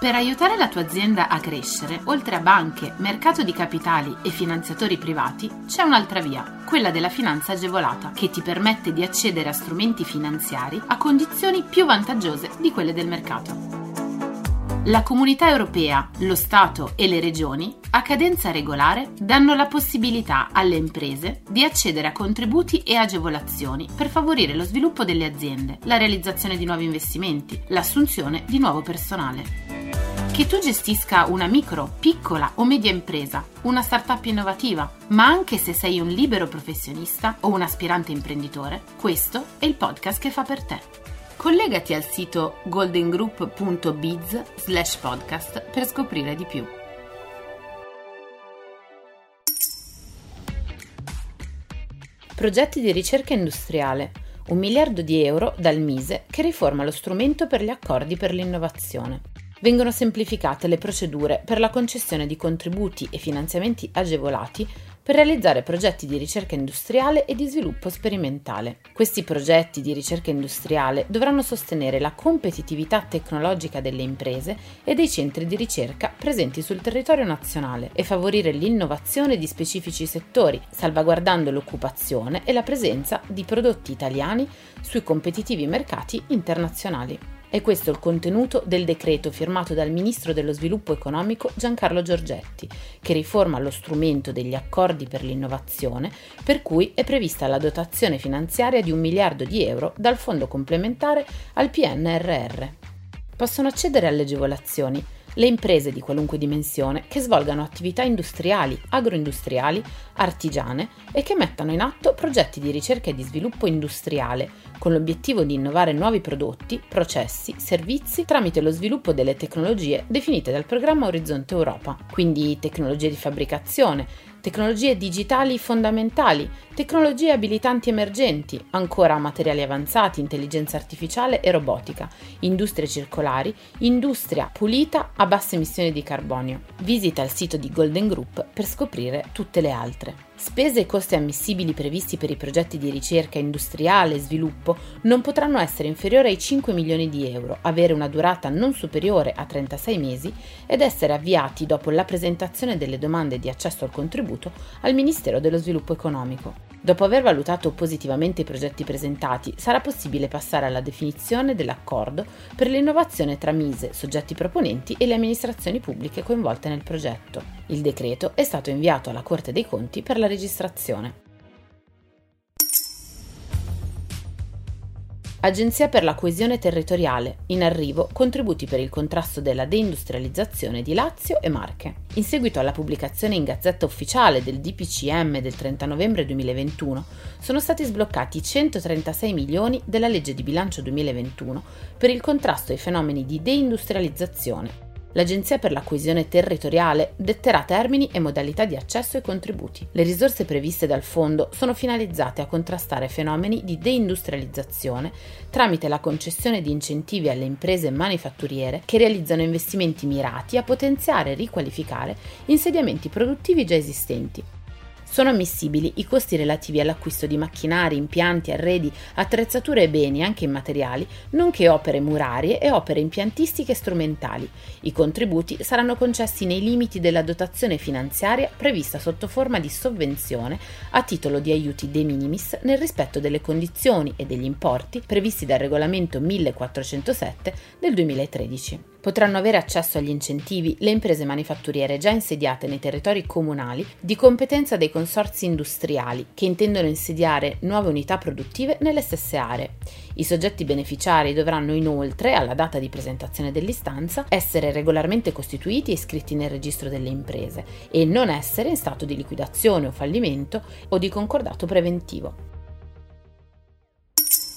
Per aiutare la tua azienda a crescere, oltre a banche, mercato di capitali e finanziatori privati, c'è un'altra via, quella della finanza agevolata, che ti permette di accedere a strumenti finanziari a condizioni più vantaggiose di quelle del mercato. La Comunità Europea, lo Stato e le Regioni, a cadenza regolare, danno la possibilità alle imprese di accedere a contributi e agevolazioni per favorire lo sviluppo delle aziende, la realizzazione di nuovi investimenti, l'assunzione di nuovo personale. Che tu gestisca una micro, piccola o media impresa, una startup innovativa, ma anche se sei un libero professionista o un aspirante imprenditore, questo è il podcast che fa per te. Collegati al sito goldengroup.biz/podcast per scoprire di più. Progetti di ricerca industriale. 1 miliardo di euro dal MISE che riforma lo strumento per gli accordi per l'innovazione. Vengono semplificate le procedure per la concessione di contributi e finanziamenti agevolati per realizzare progetti di ricerca industriale e di sviluppo sperimentale. Questi progetti di ricerca industriale dovranno sostenere la competitività tecnologica delle imprese e dei centri di ricerca presenti sul territorio nazionale e favorire l'innovazione di specifici settori, salvaguardando l'occupazione e la presenza di prodotti italiani sui competitivi mercati internazionali. È questo il contenuto del decreto firmato dal Ministro dello Sviluppo Economico Giancarlo Giorgetti, che riforma lo strumento degli accordi per l'innovazione, per cui è prevista la dotazione finanziaria di 1 miliardo di euro dal fondo complementare al PNRR. Possono accedere alle agevolazioni le imprese di qualunque dimensione che svolgano attività industriali, agroindustriali, artigiane e che mettano in atto progetti di ricerca e di sviluppo industriale con l'obiettivo di innovare nuovi prodotti, processi, servizi tramite lo sviluppo delle tecnologie definite dal programma Orizzonte Europa, quindi tecnologie di fabbricazione, tecnologie digitali fondamentali, tecnologie abilitanti emergenti, ancora materiali avanzati, intelligenza artificiale e robotica, industrie circolari, industria pulita a basse emissioni di carbonio. Visita il sito di Golden Group per scoprire tutte le altre. Spese e costi ammissibili previsti per i progetti di ricerca industriale e sviluppo non potranno essere inferiori ai 5 milioni di euro, avere una durata non superiore a 36 mesi ed essere avviati dopo la presentazione delle domande di accesso al contributo al Ministero dello Sviluppo Economico. Dopo aver valutato positivamente i progetti presentati, sarà possibile passare alla definizione dell'accordo per l'innovazione tra MISE, soggetti proponenti e le amministrazioni pubbliche coinvolte nel progetto. Il decreto è stato inviato alla Corte dei Conti per la registrazione. Agenzia per la coesione territoriale, in arrivo contributi per il contrasto della deindustrializzazione di Lazio e Marche. In seguito alla pubblicazione in Gazzetta Ufficiale del DPCM del 30 novembre 2021, sono stati sbloccati 136 milioni della legge di bilancio 2021 per il contrasto ai fenomeni di deindustrializzazione. L'Agenzia per la coesione territoriale detterà termini e modalità di accesso ai contributi. Le risorse previste dal fondo sono finalizzate a contrastare fenomeni di deindustrializzazione tramite la concessione di incentivi alle imprese manifatturiere che realizzano investimenti mirati a potenziare e riqualificare insediamenti produttivi già esistenti. Sono ammissibili i costi relativi all'acquisto di macchinari, impianti, arredi, attrezzature e beni, anche immateriali, nonché opere murarie e opere impiantistiche e strumentali. I contributi saranno concessi nei limiti della dotazione finanziaria prevista sotto forma di sovvenzione a titolo di aiuti de minimis nel rispetto delle condizioni e degli importi previsti dal regolamento 1407 del 2013. Potranno avere accesso agli incentivi le imprese manifatturiere già insediate nei territori comunali di competenza dei consorzi industriali che intendono insediare nuove unità produttive nelle stesse aree. I soggetti beneficiari dovranno inoltre, alla data di presentazione dell'istanza, essere regolarmente costituiti e iscritti nel registro delle imprese e non essere in stato di liquidazione o fallimento o di concordato preventivo.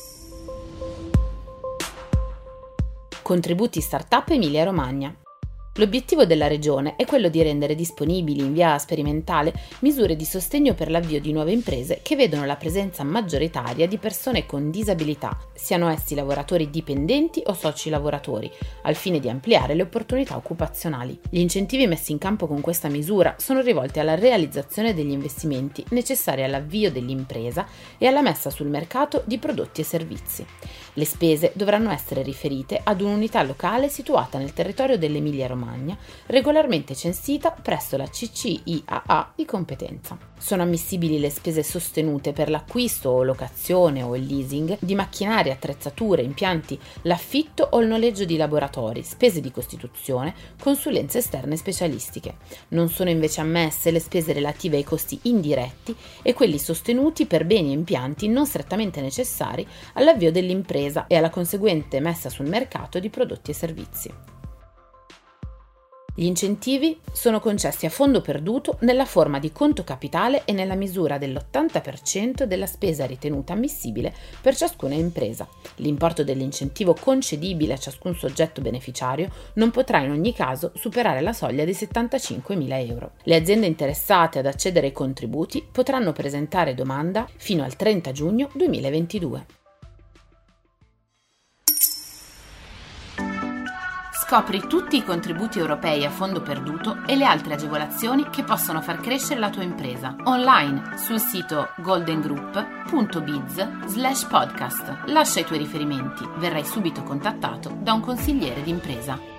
Contributi Startup Emilia Romagna. L'obiettivo della Regione è quello di rendere disponibili in via sperimentale misure di sostegno per l'avvio di nuove imprese che vedono la presenza maggioritaria di persone con disabilità, siano essi lavoratori dipendenti o soci lavoratori, al fine di ampliare le opportunità occupazionali. Gli incentivi messi in campo con questa misura sono rivolti alla realizzazione degli investimenti necessari all'avvio dell'impresa e alla messa sul mercato di prodotti e servizi. Le spese dovranno essere riferite ad un'unità locale situata nel territorio dell'Emilia-Romagna, regolarmente censita presso la CCIAA di competenza. Sono ammissibili le spese sostenute per l'acquisto o locazione o il leasing di macchinari, attrezzature, impianti, l'affitto o il noleggio di laboratori, spese di costituzione, consulenze esterne specialistiche. Non sono invece ammesse le spese relative ai costi indiretti e quelli sostenuti per beni e impianti non strettamente necessari all'avvio dell'impresa e alla conseguente messa sul mercato di prodotti e servizi. Gli incentivi sono concessi a fondo perduto nella forma di conto capitale e nella misura dell'80% della spesa ritenuta ammissibile per ciascuna impresa. L'importo dell'incentivo concedibile a ciascun soggetto beneficiario non potrà in ogni caso superare la soglia dei 75.000 euro. Le aziende interessate ad accedere ai contributi potranno presentare domanda fino al 30 giugno 2022. Scopri tutti i contributi europei a fondo perduto e le altre agevolazioni che possono far crescere la tua impresa online sul sito goldengroup.biz/podcast. Lascia i tuoi riferimenti, verrai subito contattato da un consigliere d'impresa.